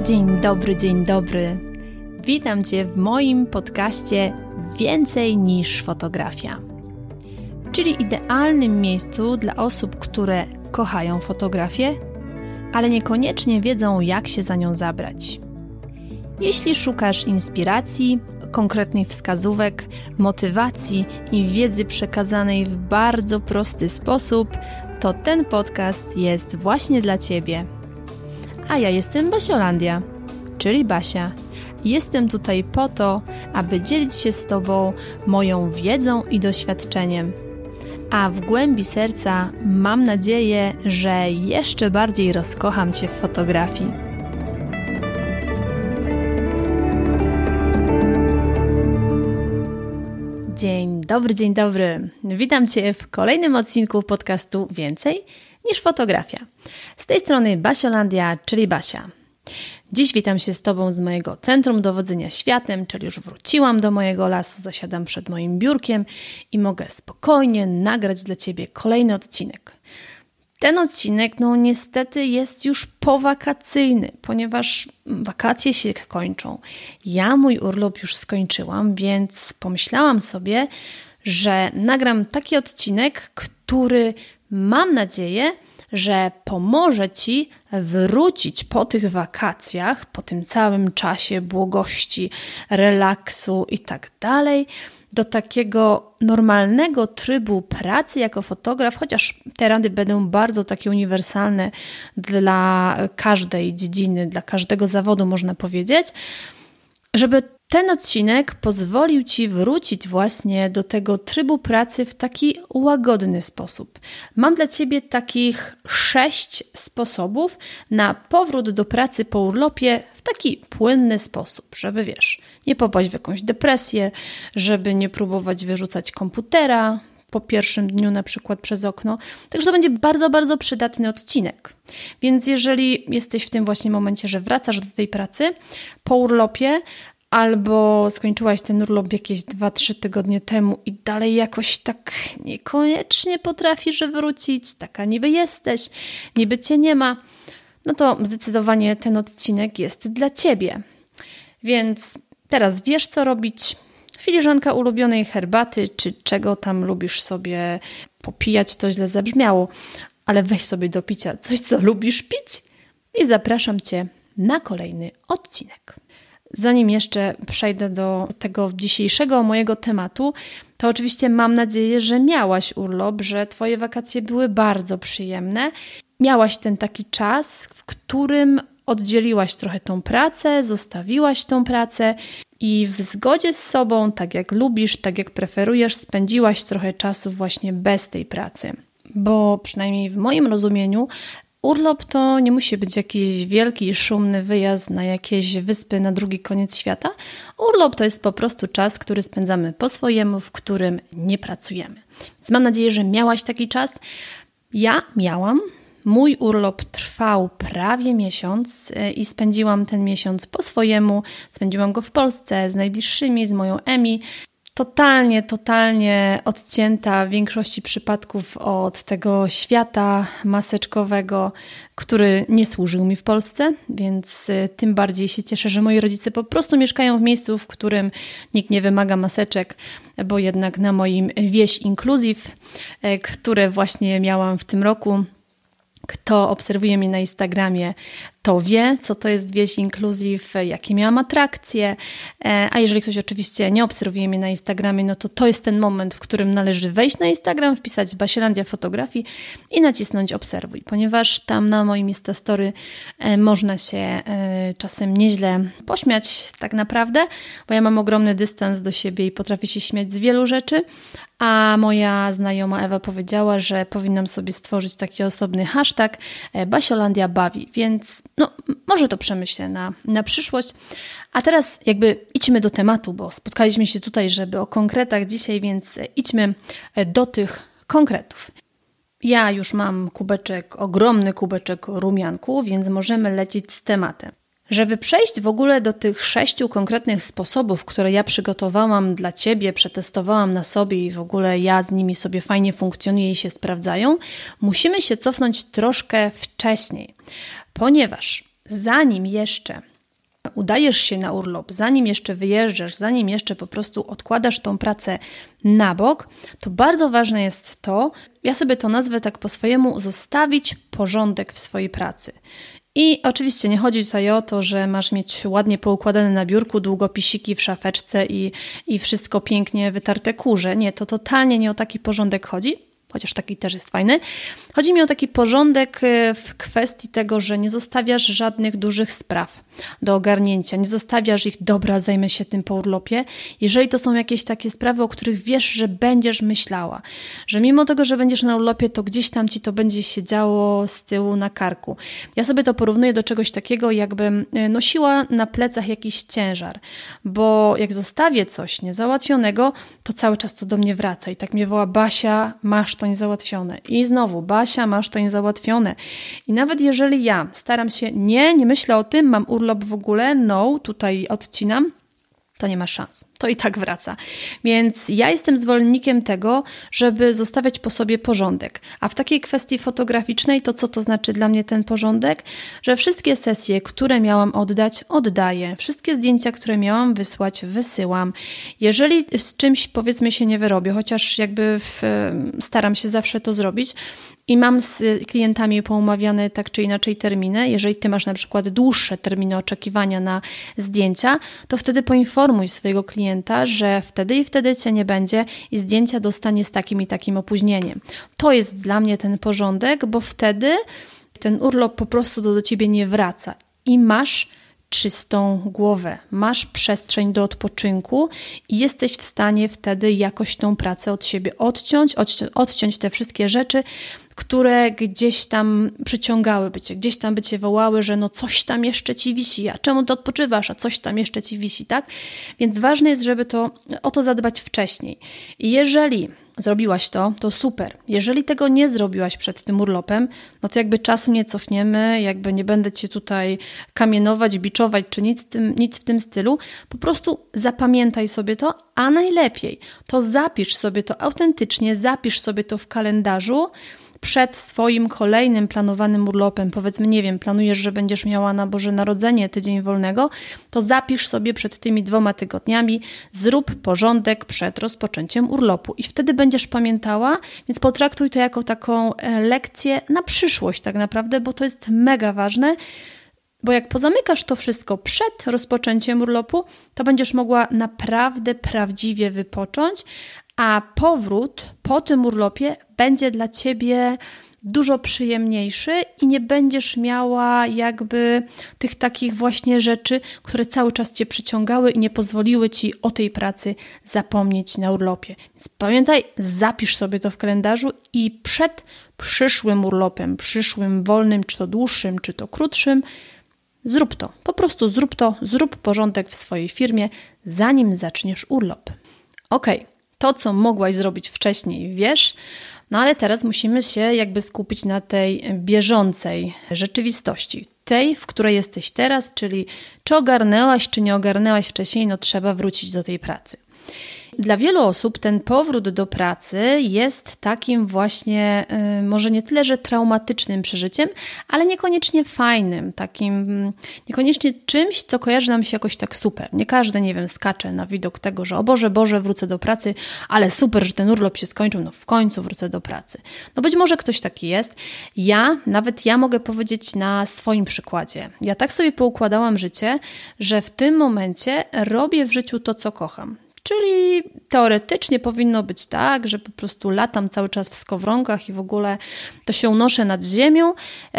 Dzień dobry. Witam Cię w moim podcaście Więcej niż fotografia, czyli idealnym miejscu dla osób, które kochają fotografię, ale niekoniecznie wiedzą, jak się za nią zabrać. Jeśli szukasz inspiracji, konkretnych wskazówek, motywacji i wiedzy przekazanej w bardzo prosty sposób, to ten podcast jest właśnie dla Ciebie. A ja jestem Basiolandia, czyli Basia. Jestem tutaj po to, aby dzielić się z Tobą moją wiedzą i doświadczeniem. A w głębi serca mam nadzieję, że jeszcze bardziej rozkocham Cię w fotografii. Dzień dobry. Witam Cię w kolejnym odcinku podcastu Więcej niż fotografia. Z tej strony Basiolandia, czyli Basia. Dziś witam się z Tobą z mojego Centrum Dowodzenia Światem, czyli już wróciłam do mojego lasu, zasiadam przed moim biurkiem i mogę spokojnie nagrać dla Ciebie kolejny odcinek. Ten odcinek, niestety jest już powakacyjny, ponieważ wakacje się kończą. Ja mój urlop już skończyłam, więc pomyślałam sobie, że nagram taki odcinek, który mam nadzieję, że pomoże Ci wrócić po tych wakacjach, po tym całym czasie błogości, relaksu i tak dalej, do takiego normalnego trybu pracy jako fotograf, chociaż te rady będą bardzo takie uniwersalne dla każdej dziedziny, dla każdego zawodu, można powiedzieć, żeby ten odcinek pozwolił Ci wrócić właśnie do tego trybu pracy w taki łagodny sposób. Mam dla Ciebie takich 6 sposobów na powrót do pracy po urlopie w taki płynny sposób, żeby nie popaść w jakąś depresję, żeby nie próbować wyrzucać komputera po pierwszym dniu na przykład przez okno. Także to będzie bardzo, bardzo przydatny odcinek. Więc jeżeli jesteś w tym właśnie momencie, że wracasz do tej pracy po urlopie, albo skończyłaś ten urlop jakieś 2-3 tygodnie temu i dalej jakoś tak niekoniecznie potrafisz wrócić, taka niby jesteś, niby Cię nie ma, no to zdecydowanie ten odcinek jest dla Ciebie. Więc teraz wiesz, co robić. Filiżanka ulubionej herbaty, czy czego tam lubisz sobie popijać, to źle zabrzmiało, ale weź sobie do picia coś, co lubisz pić i zapraszam Cię na kolejny odcinek. Zanim jeszcze przejdę do tego dzisiejszego mojego tematu, to oczywiście mam nadzieję, że miałaś urlop, że Twoje wakacje były bardzo przyjemne. Miałaś ten taki czas, w którym oddzieliłaś trochę tą pracę, zostawiłaś tą pracę i w zgodzie z sobą, tak jak lubisz, tak jak preferujesz, spędziłaś trochę czasu właśnie bez tej pracy. Bo przynajmniej w moim rozumieniu urlop to nie musi być jakiś wielki, szumny wyjazd na jakieś wyspy na drugi koniec świata. Urlop to jest po prostu czas, który spędzamy po swojemu, w którym nie pracujemy. Więc mam nadzieję, że miałaś taki czas. Ja miałam. Mój urlop trwał prawie miesiąc i spędziłam ten miesiąc po swojemu. Spędziłam go w Polsce z najbliższymi, z moją Emi. Totalnie odcięta w większości przypadków od tego świata maseczkowego, który nie służył mi w Polsce, więc tym bardziej się cieszę, że moi rodzice po prostu mieszkają w miejscu, w którym nikt nie wymaga maseczek, bo jednak na moim Wieś Inclusive, które właśnie miałam w tym roku, kto obserwuje mnie na Instagramie, to wie, co to jest Wieś Inclusive, jakie miałam atrakcje, a jeżeli ktoś oczywiście nie obserwuje mnie na Instagramie, no to jest ten moment, w którym należy wejść na Instagram, wpisać Basiolandia Fotografii i nacisnąć obserwuj, ponieważ tam na moim Instastory można się czasem nieźle pośmiać tak naprawdę, bo ja mam ogromny dystans do siebie i potrafię się śmiać z wielu rzeczy, a moja znajoma Ewa powiedziała, że powinnam sobie stworzyć taki osobny hashtag Basiolandia bawi, więc może to przemyślę na przyszłość. A teraz idźmy do tematu, bo spotkaliśmy się tutaj, żeby o konkretach dzisiaj, więc idźmy do tych konkretów. Ja już mam ogromny kubeczek rumianku, więc możemy lecieć z tematem. Żeby przejść w ogóle do tych 6 konkretnych sposobów, które ja przygotowałam dla Ciebie, przetestowałam na sobie i w ogóle ja z nimi sobie fajnie funkcjonuję i się sprawdzają, musimy się cofnąć troszkę wcześniej, ponieważ zanim jeszcze udajesz się na urlop, zanim jeszcze wyjeżdżasz, zanim jeszcze po prostu odkładasz tą pracę na bok, to bardzo ważne jest to, ja sobie to nazwę tak po swojemu, zostawić porządek w swojej pracy. I oczywiście nie chodzi tutaj o to, że masz mieć ładnie poukładane na biurku długopisiki w szafeczce i wszystko pięknie wytarte kurze. Nie, to totalnie nie o taki porządek chodzi. Chociaż taki też jest fajny. Chodzi mi o taki porządek w kwestii tego, że nie zostawiasz żadnych dużych spraw do ogarnięcia. Nie zostawiasz ich, dobra, zajmę się tym po urlopie. Jeżeli to są jakieś takie sprawy, o których wiesz, że będziesz myślała, że mimo tego, że będziesz na urlopie, to gdzieś tam ci to będzie się działo z tyłu na karku. Ja sobie to porównuję do czegoś takiego, jakbym nosiła na plecach jakiś ciężar, bo jak zostawię coś niezałatwionego, to cały czas to do mnie wraca i tak mnie woła: Basia, masz to niezałatwione. I znowu: Basia, masz to niezałatwione. I nawet jeżeli ja staram się, nie myślę o tym, mam urlop w ogóle, tutaj odcinam, to nie ma szans. To i tak wraca. Więc ja jestem zwolennikiem tego, żeby zostawiać po sobie porządek. A w takiej kwestii fotograficznej, to co to znaczy dla mnie ten porządek? Że wszystkie sesje, które miałam oddać, oddaję. Wszystkie zdjęcia, które miałam wysłać, wysyłam. Jeżeli z czymś, powiedzmy, się nie wyrobię, chociaż staram się zawsze to zrobić, i mam z klientami poumawiane tak czy inaczej terminy. Jeżeli ty masz na przykład dłuższe terminy oczekiwania na zdjęcia, to wtedy poinformuj swojego klienta, że wtedy i wtedy cię nie będzie i zdjęcia dostanie z takim i takim opóźnieniem. To jest dla mnie ten porządek, bo wtedy ten urlop po prostu do ciebie nie wraca i masz czystą głowę, masz przestrzeń do odpoczynku i jesteś w stanie wtedy jakoś tą pracę od siebie odciąć te wszystkie rzeczy, które gdzieś tam przyciągałyby cię, gdzieś tam by cię wołały, że coś tam jeszcze ci wisi, a czemu ty odpoczywasz, a coś tam jeszcze ci wisi, tak? Więc ważne jest, żeby o to zadbać wcześniej. I jeżeli zrobiłaś to super. Jeżeli tego nie zrobiłaś przed tym urlopem, no to jakby czasu nie cofniemy, jakby nie będę cię tutaj kamienować, biczować, czy nic w tym stylu. Po prostu zapamiętaj sobie to, a najlepiej to zapisz sobie to autentycznie, zapisz sobie to w kalendarzu przed swoim kolejnym planowanym urlopem. Powiedzmy, nie wiem, planujesz, że będziesz miała na Boże Narodzenie tydzień wolnego, to zapisz sobie przed tymi 2 tygodniami, zrób porządek przed rozpoczęciem urlopu i wtedy będziesz pamiętała, więc potraktuj to jako taką lekcję na przyszłość tak naprawdę, bo to jest mega ważne, bo jak pozamykasz to wszystko przed rozpoczęciem urlopu, to będziesz mogła naprawdę prawdziwie wypocząć, a powrót po tym urlopie będzie dla ciebie dużo przyjemniejszy i nie będziesz miała jakby tych takich właśnie rzeczy, które cały czas cię przyciągały i nie pozwoliły ci o tej pracy zapomnieć na urlopie. Więc pamiętaj, zapisz sobie to w kalendarzu i przed przyszłym urlopem, przyszłym wolnym, czy to dłuższym, czy to krótszym, zrób to. Po prostu zrób porządek w swojej firmie, zanim zaczniesz urlop. Okej. To, co mogłaś zrobić wcześniej, wiesz, ale teraz musimy się jakby skupić na tej bieżącej rzeczywistości, tej, w której jesteś teraz, czyli czy ogarnęłaś, czy nie ogarnęłaś wcześniej, trzeba wrócić do tej pracy. Dla wielu osób ten powrót do pracy jest takim właśnie, może nie tyle, że traumatycznym przeżyciem, ale niekoniecznie fajnym, takim niekoniecznie czymś, co kojarzy nam się jakoś tak super. Nie każdy, skacze na widok tego, że o Boże, wrócę do pracy, ale super, że ten urlop się skończył, w końcu wrócę do pracy. Być może ktoś taki jest. Nawet ja mogę powiedzieć na swoim przykładzie. Ja tak sobie poukładałam życie, że w tym momencie robię w życiu to, co kocham. Czyli teoretycznie powinno być tak, że po prostu latam cały czas w skowronkach i w ogóle to się unoszę nad ziemią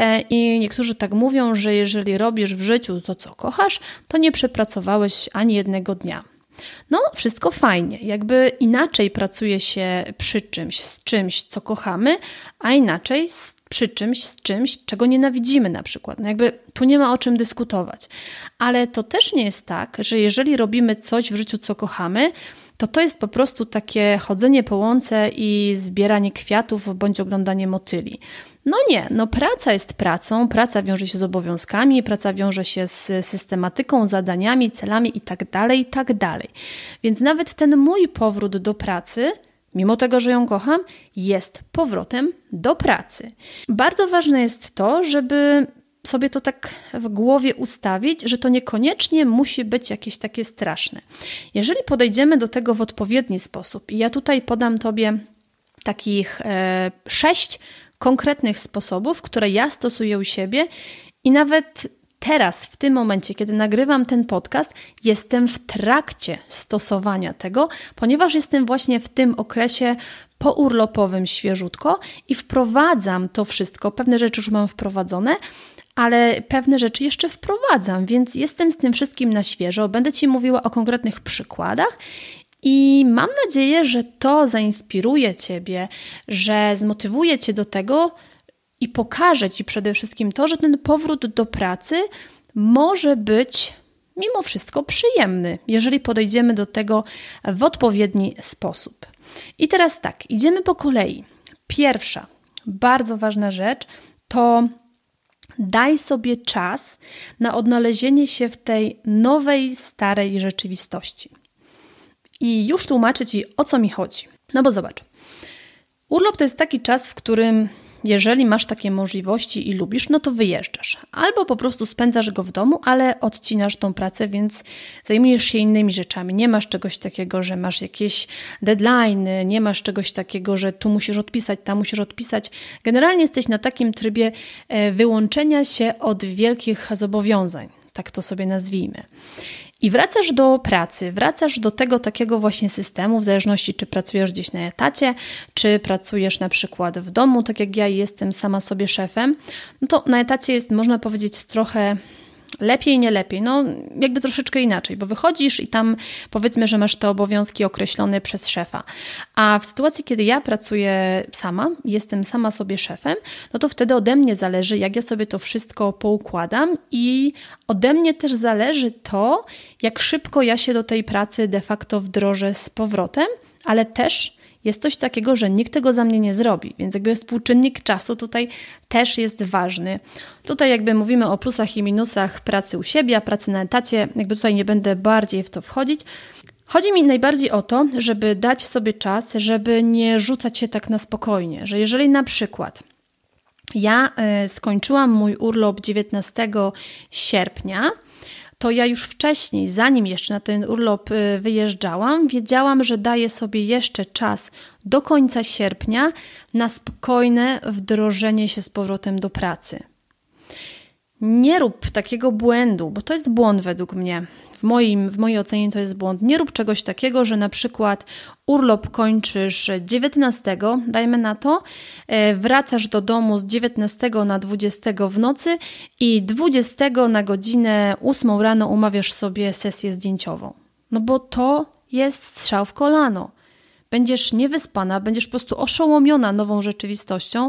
i niektórzy tak mówią, że jeżeli robisz w życiu to, co kochasz, to nie przepracowałeś ani jednego dnia. Wszystko fajnie. Jakby inaczej pracuje się przy czymś, z czymś, co kochamy, a inaczej przy czymś, z czymś, czego nienawidzimy na przykład. Tu nie ma o czym dyskutować. Ale to też nie jest tak, że jeżeli robimy coś w życiu, co kochamy, to jest po prostu takie chodzenie po łące i zbieranie kwiatów bądź oglądanie motyli. Nie, praca jest pracą, praca wiąże się z obowiązkami, praca wiąże się z systematyką, zadaniami, celami itd. Więc nawet ten mój powrót do pracy, mimo tego, że ją kocham, jest powrotem do pracy. Bardzo ważne jest to, żeby sobie to tak w głowie ustawić, że to niekoniecznie musi być jakieś takie straszne. Jeżeli podejdziemy do tego w odpowiedni sposób i ja tutaj podam Tobie takich 6 konkretnych sposobów, które ja stosuję u siebie i nawet teraz, w tym momencie, kiedy nagrywam ten podcast, jestem w trakcie stosowania tego, ponieważ jestem właśnie w tym okresie pourlopowym świeżutko i wprowadzam to wszystko. Pewne rzeczy już mam wprowadzone, ale pewne rzeczy jeszcze wprowadzam, więc jestem z tym wszystkim na świeżo. Będę Ci mówiła o konkretnych przykładach i mam nadzieję, że to zainspiruje Ciebie, że zmotywuje Cię do tego i pokaże Ci przede wszystkim to, że ten powrót do pracy może być mimo wszystko przyjemny, jeżeli podejdziemy do tego w odpowiedni sposób. I teraz tak, idziemy po kolei. Pierwsza, bardzo ważna rzecz to daj sobie czas na odnalezienie się w tej nowej, starej rzeczywistości. I już tłumaczę Ci, o co mi chodzi. No bo zobacz, urlop to jest taki czas, w którym jeżeli masz takie możliwości i lubisz, no to wyjeżdżasz. Albo po prostu spędzasz go w domu, ale odcinasz tą pracę, więc zajmujesz się innymi rzeczami. Nie masz czegoś takiego, że masz jakieś deadline'y, nie masz czegoś takiego, że tu musisz odpisać, tam musisz odpisać. Generalnie jesteś na takim trybie wyłączenia się od wielkich zobowiązań. Tak to sobie nazwijmy. I wracasz do pracy, wracasz do tego takiego właśnie systemu, w zależności czy pracujesz gdzieś na etacie, czy pracujesz na przykład w domu, tak jak ja jestem sama sobie szefem, no to na etacie jest, można powiedzieć, trochę lepiej, nie lepiej, no jakby troszeczkę inaczej, bo wychodzisz i tam powiedzmy, że masz te obowiązki określone przez szefa, a w sytuacji, kiedy ja pracuję sama, jestem sama sobie szefem, no to wtedy ode mnie zależy, jak ja sobie to wszystko poukładam i ode mnie też zależy to, jak szybko ja się do tej pracy de facto wdrożę z powrotem, ale też jest coś takiego, że nikt tego za mnie nie zrobi, więc jakby współczynnik czasu tutaj też jest ważny. Tutaj jakby mówimy o plusach i minusach pracy u siebie, a pracy na etacie, jakby tutaj nie będę bardziej w to wchodzić. Chodzi mi najbardziej o to, żeby dać sobie czas, żeby nie rzucać się tak na spokojnie, że jeżeli na przykład ja skończyłam mój urlop 19 sierpnia, to ja już wcześniej, zanim jeszcze na ten urlop wyjeżdżałam, wiedziałam, że daję sobie jeszcze czas do końca sierpnia na spokojne wdrożenie się z powrotem do pracy. Nie rób takiego błędu, bo to jest błąd według mnie. W mojej ocenie to jest błąd. Nie rób czegoś takiego, że na przykład urlop kończysz 19, dajmy na to, wracasz do domu z 19 na 20 w nocy i 20 na godzinę 8 rano umawiasz sobie sesję zdjęciową. No bo to jest strzał w kolano. Będziesz niewyspana, będziesz po prostu oszołomiona nową rzeczywistością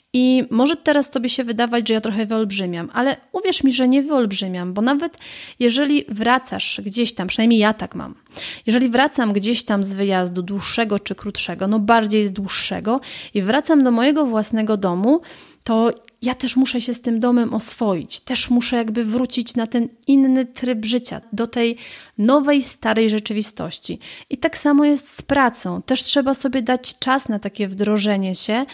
i może teraz Tobie się wydawać, że ja trochę wyolbrzymiam, ale uwierz mi, że nie wyolbrzymiam, bo nawet jeżeli wracasz gdzieś tam, przynajmniej ja tak mam, jeżeli wracam gdzieś tam z wyjazdu dłuższego czy krótszego, no bardziej z dłuższego i wracam do mojego własnego domu, to ja też muszę się z tym domem oswoić, też muszę jakby wrócić na ten inny tryb życia, do tej nowej, starej rzeczywistości. I tak samo jest z pracą. Też trzeba sobie dać czas na takie wdrożenie się,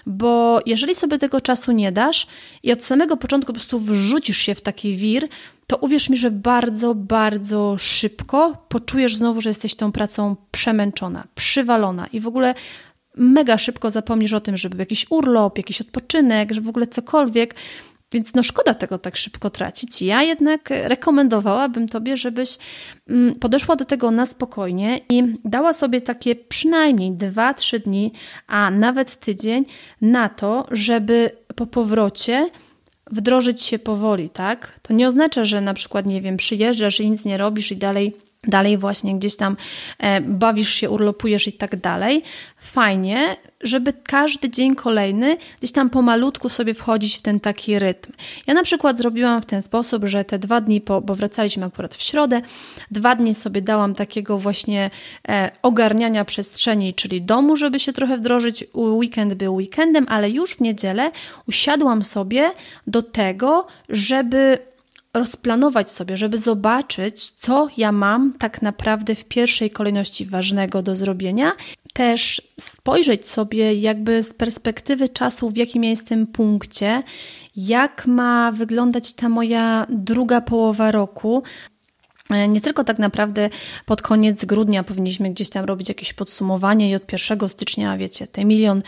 bo jeżeli sobie tego czasu nie dasz i od samego początku po prostu wrzucisz się w taki wir, to uwierz mi, że bardzo, bardzo szybko poczujesz znowu, że jesteś tą pracą przemęczona, przywalona i w ogóle mega szybko zapomnisz o tym, żeby jakiś urlop, jakiś odpoczynek, że w ogóle cokolwiek, więc no szkoda tego tak szybko tracić. Ja jednak rekomendowałabym Tobie, żebyś podeszła do tego na spokojnie i dała sobie takie przynajmniej 2-3 dni, a nawet tydzień na to, żeby po powrocie wdrożyć się powoli, tak? To nie oznacza, że na przykład, nie wiem, przyjeżdżasz i nic nie robisz i dalej właśnie gdzieś tam bawisz się, urlopujesz i tak dalej. Fajnie, żeby każdy dzień kolejny gdzieś tam pomalutku sobie wchodzić w ten taki rytm. Ja na przykład zrobiłam w ten sposób, że te 2 dni, bo wracaliśmy akurat w środę, 2 dni sobie dałam takiego właśnie ogarniania przestrzeni, czyli domu, żeby się trochę wdrożyć. Weekend był weekendem, ale już w niedzielę usiadłam sobie do tego, żeby rozplanować sobie, żeby zobaczyć, co ja mam tak naprawdę w pierwszej kolejności ważnego do zrobienia, też spojrzeć sobie jakby z perspektywy czasu, w jakim ja jestem punkcie, jak ma wyglądać ta moja druga połowa roku. Nie tylko tak naprawdę pod koniec grudnia powinniśmy gdzieś tam robić jakieś podsumowanie i od 1 stycznia, wiecie, te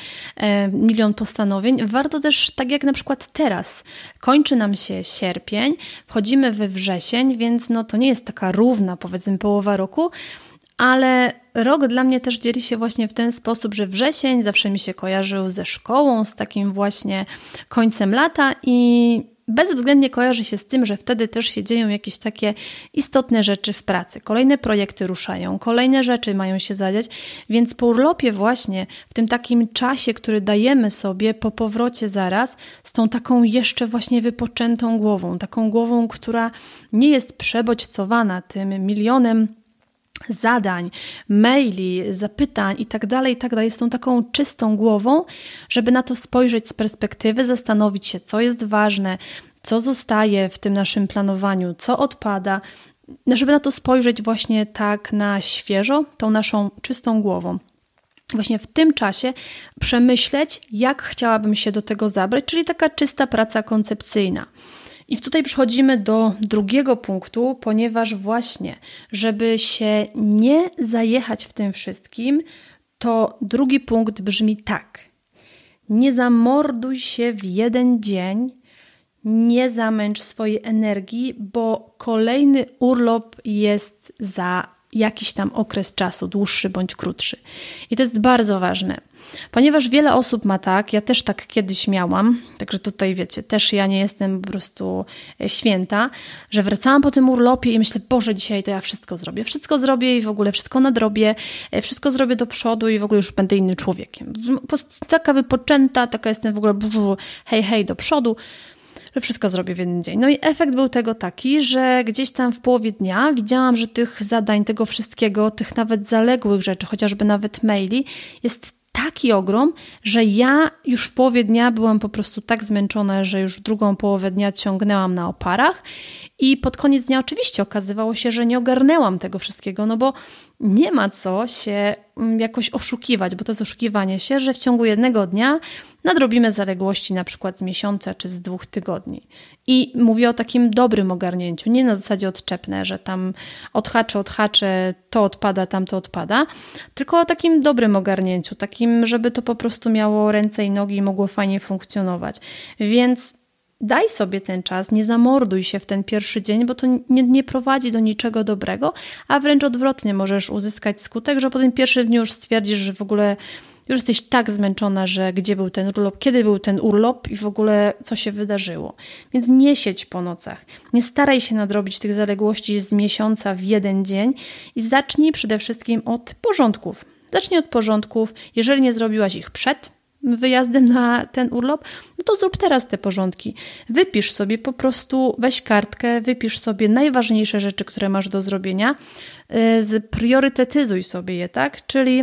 milion postanowień. Warto też, tak jak na przykład teraz, kończy nam się sierpień, wchodzimy we wrzesień, więc to nie jest taka równa, powiedzmy, połowa roku, ale rok dla mnie też dzieli się właśnie w ten sposób, że wrzesień zawsze mi się kojarzył ze szkołą, z takim właśnie końcem lata i bezwzględnie kojarzy się z tym, że wtedy też się dzieją jakieś takie istotne rzeczy w pracy. Kolejne projekty ruszają, kolejne rzeczy mają się zadziać, więc po urlopie właśnie w tym takim czasie, który dajemy sobie po powrocie zaraz, z tą taką jeszcze właśnie wypoczętą głową, taką głową, która nie jest przebodźcowana tym milionem zadań, maili, zapytań i tak dalej, z tą taką czystą głową, żeby na to spojrzeć z perspektywy, zastanowić się, co jest ważne, co zostaje w tym naszym planowaniu, co odpada, żeby na to spojrzeć właśnie tak na świeżo, tą naszą czystą głową. Właśnie w tym czasie przemyśleć, jak chciałabym się do tego zabrać, czyli taka czysta praca koncepcyjna. I tutaj przechodzimy do drugiego punktu, ponieważ właśnie, żeby się nie zajechać w tym wszystkim, to drugi punkt brzmi tak. Nie zamorduj się w jeden dzień, nie zamęcz swojej energii, bo kolejny urlop jest za jakiś tam okres czasu, dłuższy bądź krótszy. I to jest bardzo ważne, ponieważ wiele osób ma tak, ja też tak kiedyś miałam, także tutaj wiecie, też ja nie jestem po prostu święta, że wracałam po tym urlopie i myślę, Boże, dzisiaj to ja wszystko zrobię i w ogóle wszystko nadrobię, wszystko zrobię do przodu i w ogóle już będę innym człowiekiem. Po prostu taka wypoczęta, taka jestem w ogóle hej do przodu, że wszystko zrobię w jeden dzień. No i efekt był tego taki, że gdzieś tam w połowie dnia widziałam, że tych zadań, tego wszystkiego, tych nawet zaległych rzeczy, chociażby nawet maili, jest taki ogrom, że ja już w połowie dnia byłam po prostu tak zmęczona, że już drugą połowę dnia ciągnęłam na oparach i pod koniec dnia oczywiście okazywało się, że nie ogarnęłam tego wszystkiego, no bo nie ma co się jakoś oszukiwać, bo to jest oszukiwanie się, że w ciągu jednego dnia nadrobimy zaległości na przykład z miesiąca czy z 2 tygodni. I mówię o takim dobrym ogarnięciu, nie na zasadzie odczepne, że tam odhaczę, to odpada, tamto odpada, tylko o takim dobrym ogarnięciu, takim, żeby to po prostu miało ręce i nogi i mogło fajnie funkcjonować. Więc daj sobie ten czas, nie zamorduj się w ten pierwszy dzień, bo to nie prowadzi do niczego dobrego, a wręcz odwrotnie możesz uzyskać skutek, że po tym pierwszym dniu już stwierdzisz, że w ogóle już jesteś tak zmęczona, że gdzie był ten urlop, kiedy był ten urlop i w ogóle co się wydarzyło. Więc nie siedź po nocach, nie staraj się nadrobić tych zaległości z miesiąca w jeden dzień i zacznij przede wszystkim od porządków. Zacznij od porządków, jeżeli nie zrobiłaś ich przed wyjazdem na ten urlop, no to zrób teraz te porządki. Wypisz sobie po prostu, weź kartkę, wypisz sobie najważniejsze rzeczy, które masz do zrobienia, priorytetyzuj sobie je, tak? Czyli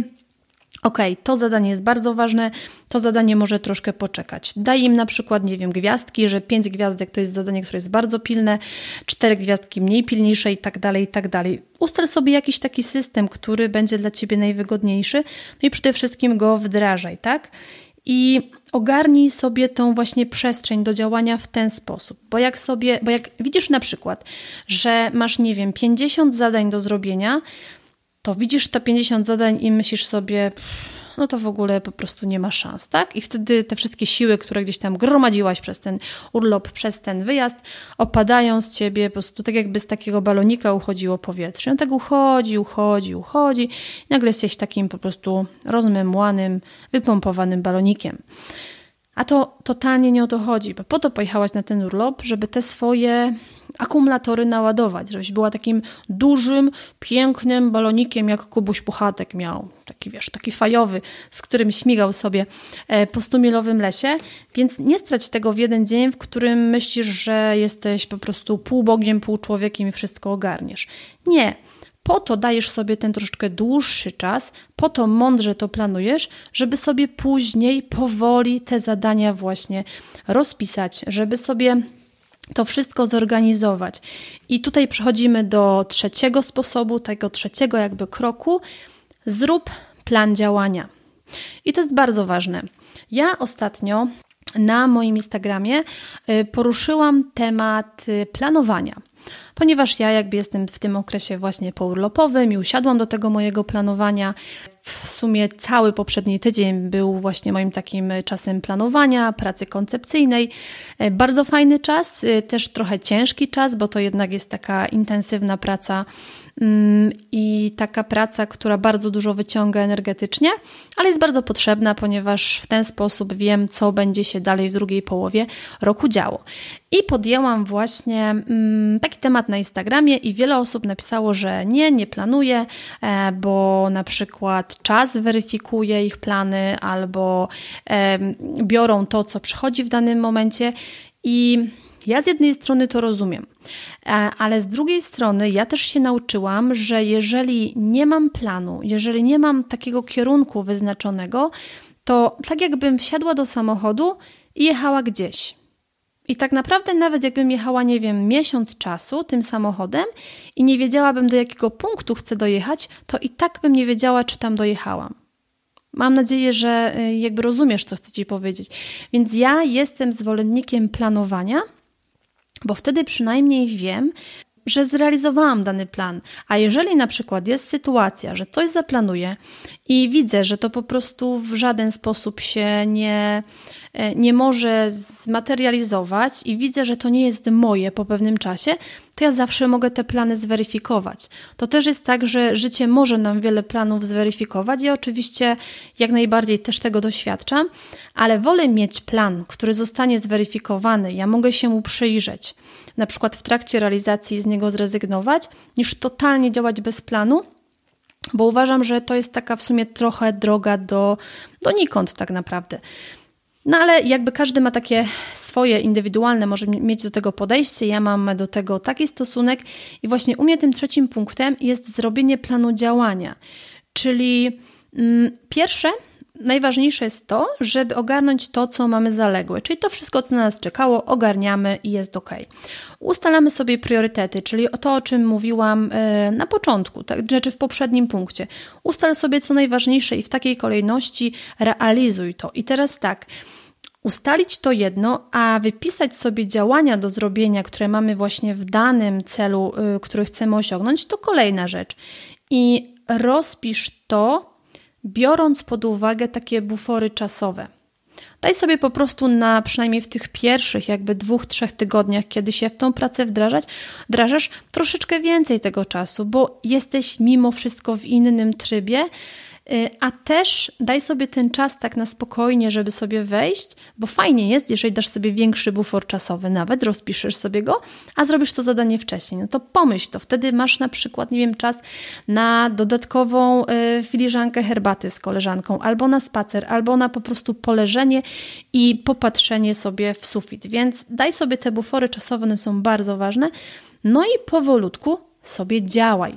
to zadanie jest bardzo ważne, to zadanie może troszkę poczekać. Daj im na przykład, gwiazdki, że 5 gwiazdek to jest zadanie, które jest bardzo pilne, 4 gwiazdki mniej pilniejsze i tak dalej, i tak dalej. Ustal sobie jakiś taki system, który będzie dla Ciebie najwygodniejszy, no i przede wszystkim go wdrażaj, tak? I ogarnij sobie tą właśnie przestrzeń do działania w ten sposób, bo jak widzisz na przykład, że masz, 50 zadań do zrobienia, to widzisz te 50 zadań i myślisz sobie, no to w ogóle po prostu nie ma szans, tak? I wtedy te wszystkie siły, które gdzieś tam gromadziłaś przez ten urlop, przez ten wyjazd, opadają z Ciebie po prostu tak jakby z takiego balonika uchodziło powietrze. On tak uchodzi i nagle jesteś takim po prostu rozmemłanym, wypompowanym balonikiem. A to totalnie nie o to chodzi, bo po to pojechałaś na ten urlop, żeby te swoje akumulatory naładować, żebyś była takim dużym, pięknym balonikiem, jak Kubuś Puchatek miał, taki fajowy, z którym śmigał sobie po 100-milowym lesie, więc nie strać tego w jeden dzień, w którym myślisz, że jesteś po prostu pół bogiem, pół człowiekiem i wszystko ogarniesz. Nie. Po to dajesz sobie ten troszeczkę dłuższy czas, po to mądrze to planujesz, żeby sobie później powoli te zadania właśnie rozpisać, żeby sobie to wszystko zorganizować. I tutaj przechodzimy do trzeciego sposobu, tego trzeciego jakby kroku. Zrób plan działania. I to jest bardzo ważne. Ja ostatnio na moim Instagramie poruszyłam temat planowania. Ponieważ ja jestem w tym okresie właśnie pourlopowym i usiadłam do tego mojego planowania. W sumie cały poprzedni tydzień był właśnie moim takim czasem planowania, pracy koncepcyjnej. Bardzo fajny czas, też trochę ciężki czas, bo to jednak jest taka intensywna praca i taka praca, która bardzo dużo wyciąga energetycznie, ale jest bardzo potrzebna, ponieważ w ten sposób wiem, co będzie się dalej w drugiej połowie roku działo. I podjęłam właśnie taki temat na Instagramie i wiele osób napisało, że nie planuje, bo na przykład czas weryfikuje ich plany albo biorą to, co przychodzi w danym momencie i ja z jednej strony to rozumiem, ale z drugiej strony ja też się nauczyłam, że jeżeli nie mam planu, jeżeli nie mam takiego kierunku wyznaczonego, to tak jakbym wsiadła do samochodu i jechała gdzieś. I tak naprawdę nawet jakbym jechała, miesiąc czasu tym samochodem i nie wiedziałabym, do jakiego punktu chcę dojechać, to i tak bym nie wiedziała, czy tam dojechałam. Mam nadzieję, że rozumiesz, co chcę Ci powiedzieć. Więc ja jestem zwolennikiem planowania, bo wtedy przynajmniej wiem, że zrealizowałam dany plan. A jeżeli na przykład jest sytuacja, że coś zaplanuję i widzę, że to po prostu w żaden sposób się nie może zmaterializować i widzę, że to nie jest moje po pewnym czasie, to ja zawsze mogę te plany zweryfikować. To też jest tak, że życie może nam wiele planów zweryfikować. Ja oczywiście jak najbardziej też tego doświadczam, ale wolę mieć plan, który zostanie zweryfikowany. Ja mogę się mu przyjrzeć, na przykład w trakcie realizacji z niego zrezygnować, niż totalnie działać bez planu, bo uważam, że to jest taka w sumie trochę droga donikąd tak naprawdę. No ale każdy ma takie swoje indywidualne, może mieć do tego podejście, ja mam do tego taki stosunek i właśnie u mnie tym trzecim punktem jest zrobienie planu działania, czyli pierwsze, najważniejsze jest to, żeby ogarnąć to, co mamy zaległe, czyli to wszystko, co na nas czekało, ogarniamy i jest ok. Ustalamy sobie priorytety, czyli to, o czym mówiłam na początku, czy w poprzednim punkcie. Ustal sobie, co najważniejsze i w takiej kolejności realizuj to. I teraz tak, ustalić to jedno, a wypisać sobie działania do zrobienia, które mamy właśnie w danym celu, który chcemy osiągnąć, to kolejna rzecz. I rozpisz to, biorąc pod uwagę takie bufory czasowe. Daj sobie po prostu przynajmniej w tych pierwszych 2-3 tygodniach, kiedy się w tą pracę wdrażasz, troszeczkę więcej tego czasu, bo jesteś mimo wszystko w innym trybie, a też daj sobie ten czas tak na spokojnie, żeby sobie wejść, bo fajnie jest, jeżeli dasz sobie większy bufor czasowy, nawet rozpiszesz sobie go, a zrobisz to zadanie wcześniej. No to pomyśl to, wtedy masz na przykład, czas na dodatkową filiżankę herbaty z koleżanką, albo na spacer, albo na po prostu poleżenie i popatrzenie sobie w sufit. Więc daj sobie te bufory czasowe, one są bardzo ważne. No i powolutku sobie działaj.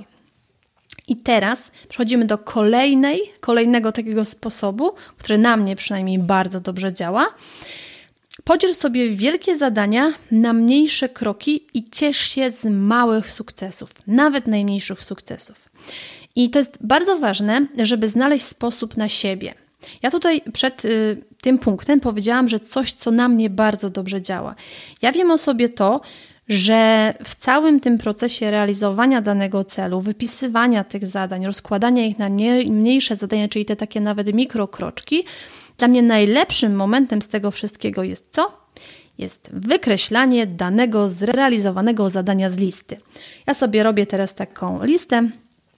I teraz przechodzimy do kolejnego takiego sposobu, który na mnie przynajmniej bardzo dobrze działa. Podziel sobie wielkie zadania na mniejsze kroki i ciesz się z małych sukcesów, nawet najmniejszych sukcesów. I to jest bardzo ważne, żeby znaleźć sposób na siebie. Ja tutaj przed tym punktem powiedziałam, że coś, co na mnie bardzo dobrze działa. Ja wiem o sobie to, że w całym tym procesie realizowania danego celu, wypisywania tych zadań, rozkładania ich na mniejsze zadania, czyli te takie nawet mikrokroczki, dla mnie najlepszym momentem z tego wszystkiego jest co? Jest wykreślanie danego zrealizowanego zadania z listy. Ja sobie robię teraz taką listę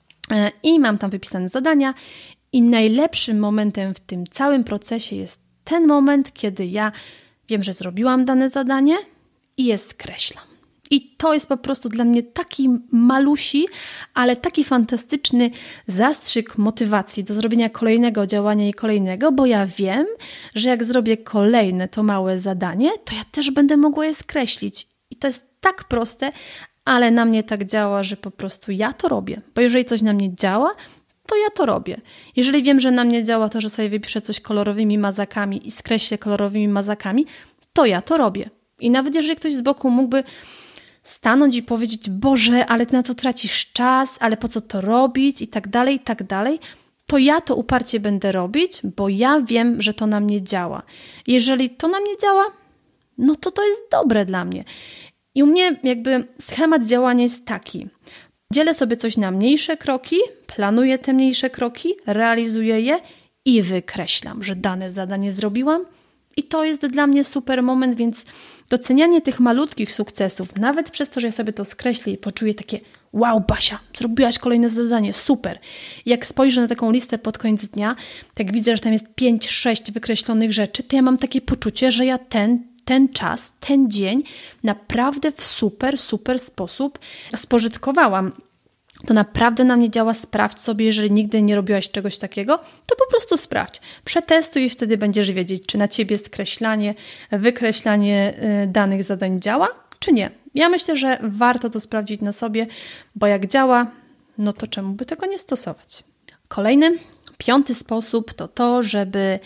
i mam tam wypisane zadania i najlepszym momentem w tym całym procesie jest ten moment, kiedy ja wiem, że zrobiłam dane zadanie i je skreślam. I to jest po prostu dla mnie taki malusi, ale taki fantastyczny zastrzyk motywacji do zrobienia kolejnego działania i kolejnego, bo ja wiem, że jak zrobię kolejne to małe zadanie, to ja też będę mogła je skreślić. I to jest tak proste, ale na mnie tak działa, że po prostu ja to robię. Bo jeżeli coś na mnie działa, to ja to robię. Jeżeli wiem, że na mnie działa to, że sobie wypiszę coś kolorowymi mazakami i skreślę kolorowymi mazakami, to ja to robię. I nawet jeżeli ktoś z boku mógłby stanąć i powiedzieć: Boże, ale ty na to tracisz czas, ale po co to robić i tak dalej, to ja to uparcie będę robić, bo ja wiem, że to na mnie działa. Jeżeli to na mnie działa, no to jest dobre dla mnie. I u mnie jakby schemat działania jest taki. Dzielę sobie coś na mniejsze kroki, planuję te mniejsze kroki, realizuję je i wykreślam, że dane zadanie zrobiłam. I to jest dla mnie super moment, więc docenianie tych malutkich sukcesów, nawet przez to, że ja sobie to skreślę i poczuję takie wow, Basia, zrobiłaś kolejne zadanie, super. I jak spojrzę na taką listę pod koniec dnia, jak widzę, że tam jest 5-6 wykreślonych rzeczy, to ja mam takie poczucie, że ja ten czas, ten dzień naprawdę w super sposób spożytkowałam. To naprawdę na mnie działa. Sprawdź sobie, jeżeli nigdy nie robiłaś czegoś takiego, to po prostu sprawdź. Przetestuj i wtedy będziesz wiedzieć, czy na Ciebie skreślanie, wykreślanie danych zadań działa, czy nie. Ja myślę, że warto to sprawdzić na sobie, bo jak działa, no to czemu by tego nie stosować? Kolejny, 5. sposób to to, żeby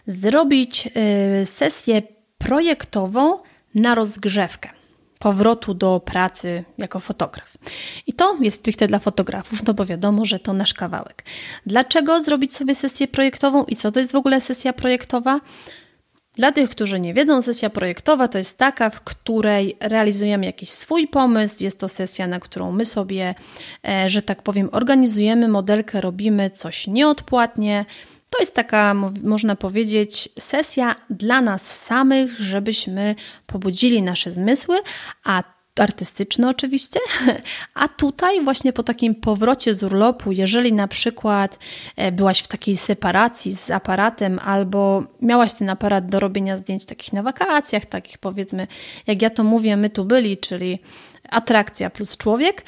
zrobić sesję projektową na rozgrzewkę powrotu do pracy jako fotograf. I to jest stricte dla fotografów, no bo wiadomo, że to nasz kawałek. Dlaczego zrobić sobie sesję projektową i co to jest w ogóle sesja projektowa? Dla tych, którzy nie wiedzą, sesja projektowa to jest taka, w której realizujemy jakiś swój pomysł. Jest to sesja, na którą my sobie, że tak powiem, organizujemy modelkę, robimy coś nieodpłatnie. To jest taka, można powiedzieć, sesja dla nas samych, żebyśmy pobudzili nasze zmysły, artystyczne oczywiście, a tutaj właśnie po takim powrocie z urlopu, jeżeli na przykład byłaś w takiej separacji z aparatem albo miałaś ten aparat do robienia zdjęć takich na wakacjach, takich powiedzmy, jak ja to mówię, my tu byli, czyli atrakcja plus człowiek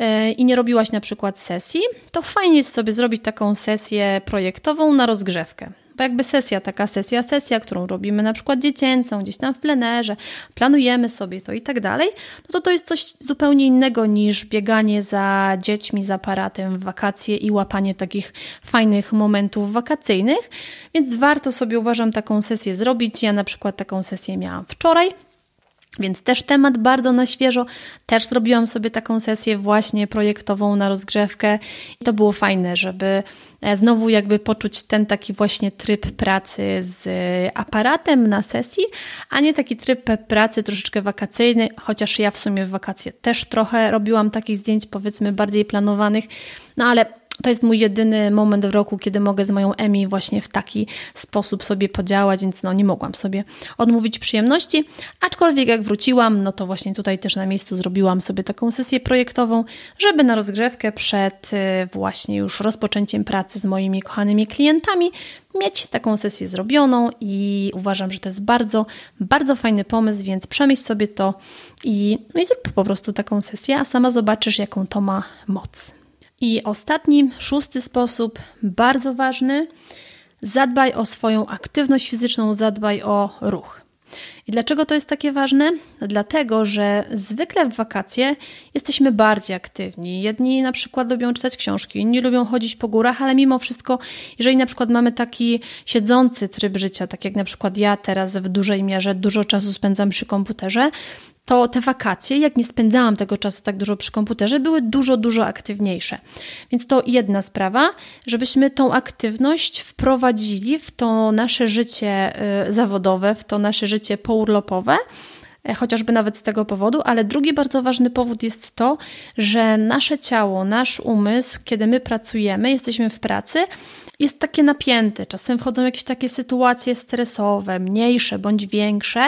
i nie robiłaś na przykład sesji, to fajnie jest sobie zrobić taką sesję projektową na rozgrzewkę. Bo jakby taka sesja, którą robimy na przykład dziecięcą, gdzieś tam w plenerze, planujemy sobie to i tak dalej, no to jest coś zupełnie innego niż bieganie za dziećmi z aparatem w wakacje i łapanie takich fajnych momentów wakacyjnych, więc warto sobie, uważam, taką sesję zrobić. Ja na przykład taką sesję miałam wczoraj, więc też temat bardzo na świeżo. Też zrobiłam sobie taką sesję właśnie projektową na rozgrzewkę i to było fajne, żeby znowu jakby poczuć ten taki właśnie tryb pracy z aparatem na sesji, a nie taki tryb pracy troszeczkę wakacyjny, chociaż ja w sumie w wakacje też trochę robiłam takich zdjęć, powiedzmy bardziej planowanych, no ale to jest mój jedyny moment w roku, kiedy mogę z moją Emi właśnie w taki sposób sobie podziałać, więc nie mogłam sobie odmówić przyjemności. Aczkolwiek jak wróciłam, no to właśnie tutaj też na miejscu zrobiłam sobie taką sesję projektową, żeby na rozgrzewkę przed właśnie już rozpoczęciem pracy z moimi kochanymi klientami mieć taką sesję zrobioną i uważam, że to jest bardzo, bardzo fajny pomysł, więc przemyśl sobie to i zrób po prostu taką sesję, a sama zobaczysz, jaką to ma moc. I ostatni, 6. sposób, bardzo ważny, zadbaj o swoją aktywność fizyczną, zadbaj o ruch. I dlaczego to jest takie ważne? Dlatego, że zwykle w wakacje jesteśmy bardziej aktywni. Jedni na przykład lubią czytać książki, inni lubią chodzić po górach, ale mimo wszystko, jeżeli na przykład mamy taki siedzący tryb życia, tak jak na przykład ja teraz w dużej mierze dużo czasu spędzam przy komputerze, to te wakacje, jak nie spędzałam tego czasu tak dużo przy komputerze, były dużo, dużo aktywniejsze. Więc to jedna sprawa, żebyśmy tą aktywność wprowadzili w to nasze życie zawodowe, w to nasze życie pourlopowe, chociażby nawet z tego powodu, ale drugi bardzo ważny powód jest to, że nasze ciało, nasz umysł, kiedy my pracujemy, jesteśmy w pracy, jest takie napięte. Czasem wchodzą jakieś takie sytuacje stresowe, mniejsze bądź większe,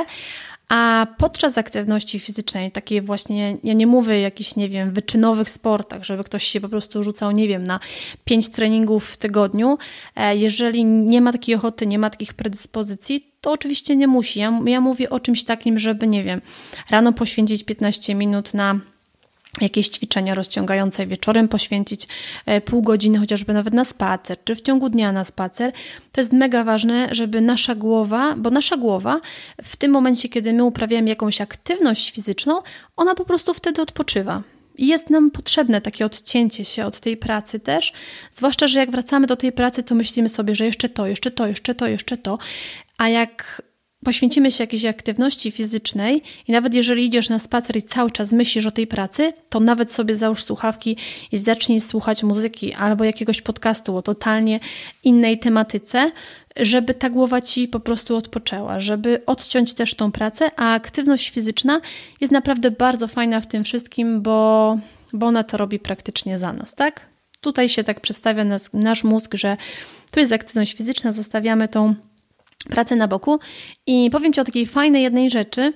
a podczas aktywności fizycznej, takiej właśnie, ja nie mówię o jakichś, wyczynowych sportach, żeby ktoś się po prostu rzucał, na 5 treningów w tygodniu. Jeżeli nie ma takiej ochoty, nie ma takich predyspozycji, to oczywiście nie musi. Ja mówię o czymś takim, żeby, rano poświęcić 15 minut na jakieś ćwiczenia rozciągające, wieczorem poświęcić pół godziny chociażby nawet na spacer, czy w ciągu dnia na spacer. To jest mega ważne, żeby nasza głowa, bo nasza głowa w tym momencie, kiedy my uprawiamy jakąś aktywność fizyczną, ona po prostu wtedy odpoczywa. I jest nam potrzebne takie odcięcie się od tej pracy też, zwłaszcza, że jak wracamy do tej pracy, to myślimy sobie, że jeszcze to, a jak poświęcimy się jakiejś aktywności fizycznej i nawet jeżeli idziesz na spacer i cały czas myślisz o tej pracy, to nawet sobie załóż słuchawki i zacznij słuchać muzyki albo jakiegoś podcastu o totalnie innej tematyce, żeby ta głowa Ci po prostu odpoczęła, żeby odciąć też tą pracę, a aktywność fizyczna jest naprawdę bardzo fajna w tym wszystkim, bo ona to robi praktycznie za nas, tak? Tutaj się tak przedstawia nasz mózg, że tu jest aktywność fizyczna, zostawiamy tą pracę na boku i powiem Ci o takiej fajnej jednej rzeczy.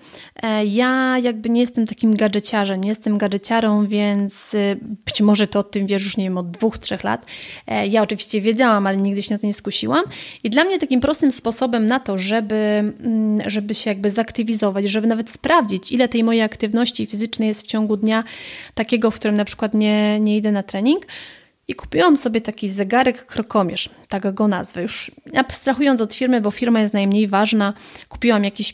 Ja jakby nie jestem takim gadżeciarzem, nie jestem gadżeciarą, więc być może Ty o tym wiesz już, nie wiem, od 2-3 lat. Ja oczywiście wiedziałam, ale nigdy się na to nie skusiłam i dla mnie takim prostym sposobem na to, żeby się jakby zaktywizować, żeby nawet sprawdzić, ile tej mojej aktywności fizycznej jest w ciągu dnia, takiego, w którym na przykład nie idę na trening, i kupiłam sobie taki zegarek krokomierz, tak go nazwę. Już abstrahując od firmy, bo firma jest najmniej ważna, kupiłam jakiś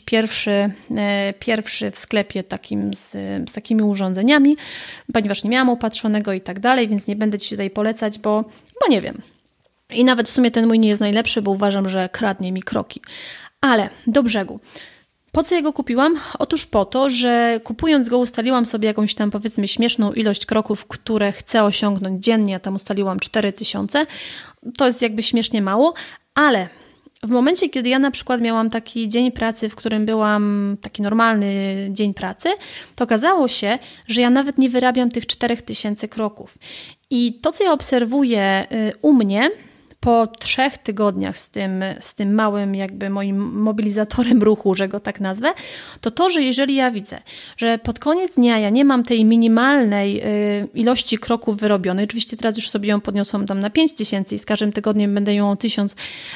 pierwszy w sklepie takim z takimi urządzeniami, ponieważ nie miałam opatrzonego i tak dalej, więc nie będę Ci tutaj polecać, bo nie wiem. I nawet w sumie ten mój nie jest najlepszy, bo uważam, że kradnie mi kroki. Ale do brzegu. Po co ja go kupiłam? Otóż po to, że kupując go ustaliłam sobie jakąś tam powiedzmy śmieszną ilość kroków, które chcę osiągnąć dziennie. Ja tam ustaliłam 4000. To jest jakby śmiesznie mało, ale w momencie, kiedy ja na przykład miałam taki dzień pracy, w którym byłam, taki normalny dzień pracy, to okazało się, że ja nawet nie wyrabiam tych 4000 kroków. I to, co ja obserwuję u mnie, po 3 tygodniach z tym małym jakby moim mobilizatorem ruchu, że go tak nazwę, to, że jeżeli ja widzę, że pod koniec dnia ja nie mam tej minimalnej ilości kroków wyrobionej, oczywiście teraz już sobie ją podniosłam tam na 5000 i z każdym tygodniem będę ją o 1000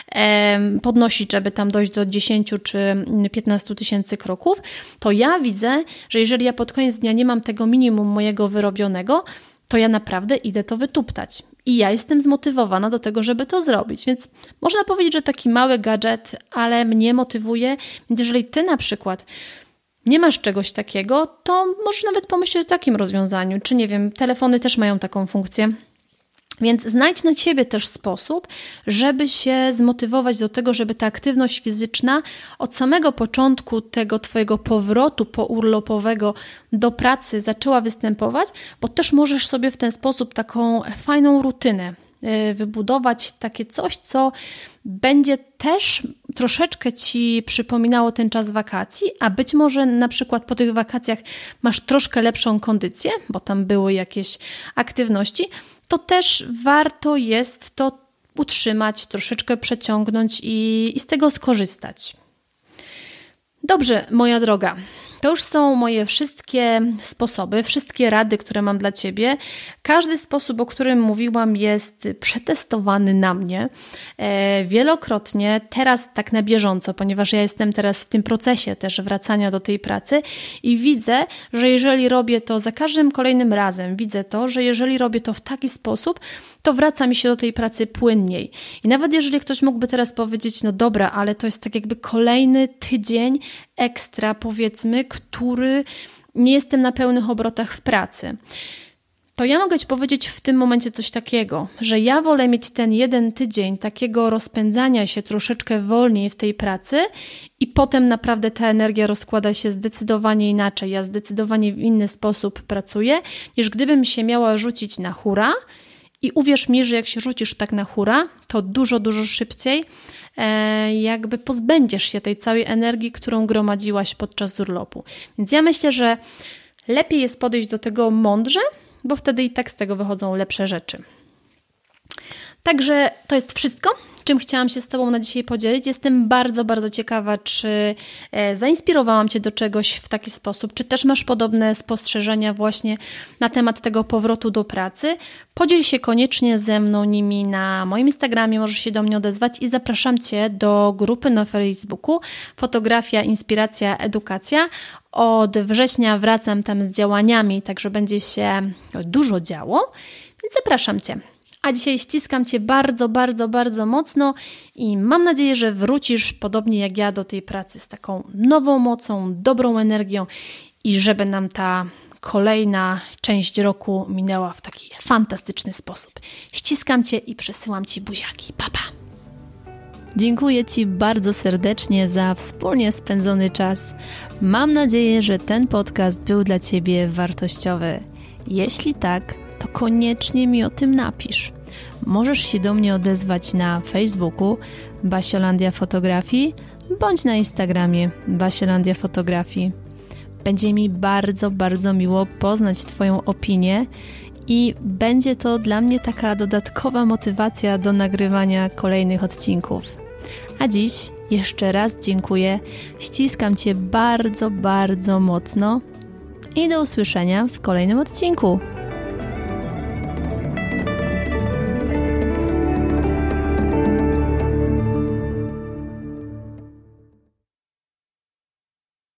podnosić, żeby tam dojść do 10 czy 15 tysięcy kroków, to ja widzę, że jeżeli ja pod koniec dnia nie mam tego minimum mojego wyrobionego, to ja naprawdę idę to wytuptać. I ja jestem zmotywowana do tego, żeby to zrobić. Więc można powiedzieć, że taki mały gadżet, ale mnie motywuje. Więc jeżeli Ty na przykład nie masz czegoś takiego, to możesz nawet pomyśleć o takim rozwiązaniu. Czy nie wiem, telefony też mają taką funkcję. Więc znajdź na Ciebie też sposób, żeby się zmotywować do tego, żeby ta aktywność fizyczna od samego początku tego Twojego powrotu pourlopowego do pracy zaczęła występować, bo też możesz sobie w ten sposób taką fajną rutynę wybudować, takie coś, co będzie też troszeczkę Ci przypominało ten czas wakacji, a być może na przykład po tych wakacjach masz troszkę lepszą kondycję, bo tam były jakieś aktywności, to też warto jest to utrzymać, troszeczkę przeciągnąć i z tego skorzystać. Dobrze, moja droga, to już są moje wszystkie sposoby, wszystkie rady, które mam dla Ciebie. Każdy sposób, o którym mówiłam, jest przetestowany na mnie wielokrotnie, teraz tak na bieżąco, ponieważ ja jestem teraz w tym procesie też wracania do tej pracy i widzę, że jeżeli robię to za każdym kolejnym razem, widzę to, że jeżeli robię to w taki sposób, to wraca mi się do tej pracy płynniej. I nawet jeżeli ktoś mógłby teraz powiedzieć, no dobra, ale to jest tak jakby kolejny tydzień ekstra, powiedzmy, który nie jestem na pełnych obrotach w pracy, to ja mogę Ci powiedzieć w tym momencie coś takiego, że ja wolę mieć ten 1 tydzień takiego rozpędzania się troszeczkę wolniej w tej pracy i potem naprawdę ta energia rozkłada się zdecydowanie inaczej. Ja zdecydowanie w inny sposób pracuję, niż gdybym się miała rzucić na hura. I uwierz mi, że jak się rzucisz tak na hura, to dużo, dużo szybciej jakby pozbędziesz się tej całej energii, którą gromadziłaś podczas urlopu. Więc ja myślę, że lepiej jest podejść do tego mądrze, bo wtedy i tak z tego wychodzą lepsze rzeczy. Także to jest wszystko, czym chciałam się z Tobą na dzisiaj podzielić. Jestem bardzo, bardzo ciekawa, czy zainspirowałam Cię do czegoś w taki sposób, czy też masz podobne spostrzeżenia właśnie na temat tego powrotu do pracy. Podziel się koniecznie ze mną nimi na moim Instagramie, możesz się do mnie odezwać i zapraszam Cię do grupy na Facebooku Fotografia, Inspiracja, Edukacja. Od września wracam tam z działaniami, także będzie się dużo działo, więc zapraszam Cię. A dzisiaj ściskam Cię bardzo, bardzo, bardzo mocno i mam nadzieję, że wrócisz podobnie jak ja do tej pracy z taką nową mocą, dobrą energią i żeby nam ta kolejna część roku minęła w taki fantastyczny sposób. Ściskam Cię i przesyłam Ci buziaki. Pa, pa! Dziękuję Ci bardzo serdecznie za wspólnie spędzony czas. Mam nadzieję, że ten podcast był dla Ciebie wartościowy. Jeśli tak, to koniecznie mi o tym napisz. Możesz się do mnie odezwać na Facebooku Basiolandia Fotografii bądź na Instagramie Basiolandia Fotografii. Będzie mi bardzo, bardzo miło poznać Twoją opinię i będzie to dla mnie taka dodatkowa motywacja do nagrywania kolejnych odcinków. A dziś jeszcze raz dziękuję, ściskam Cię bardzo, bardzo mocno i do usłyszenia w kolejnym odcinku.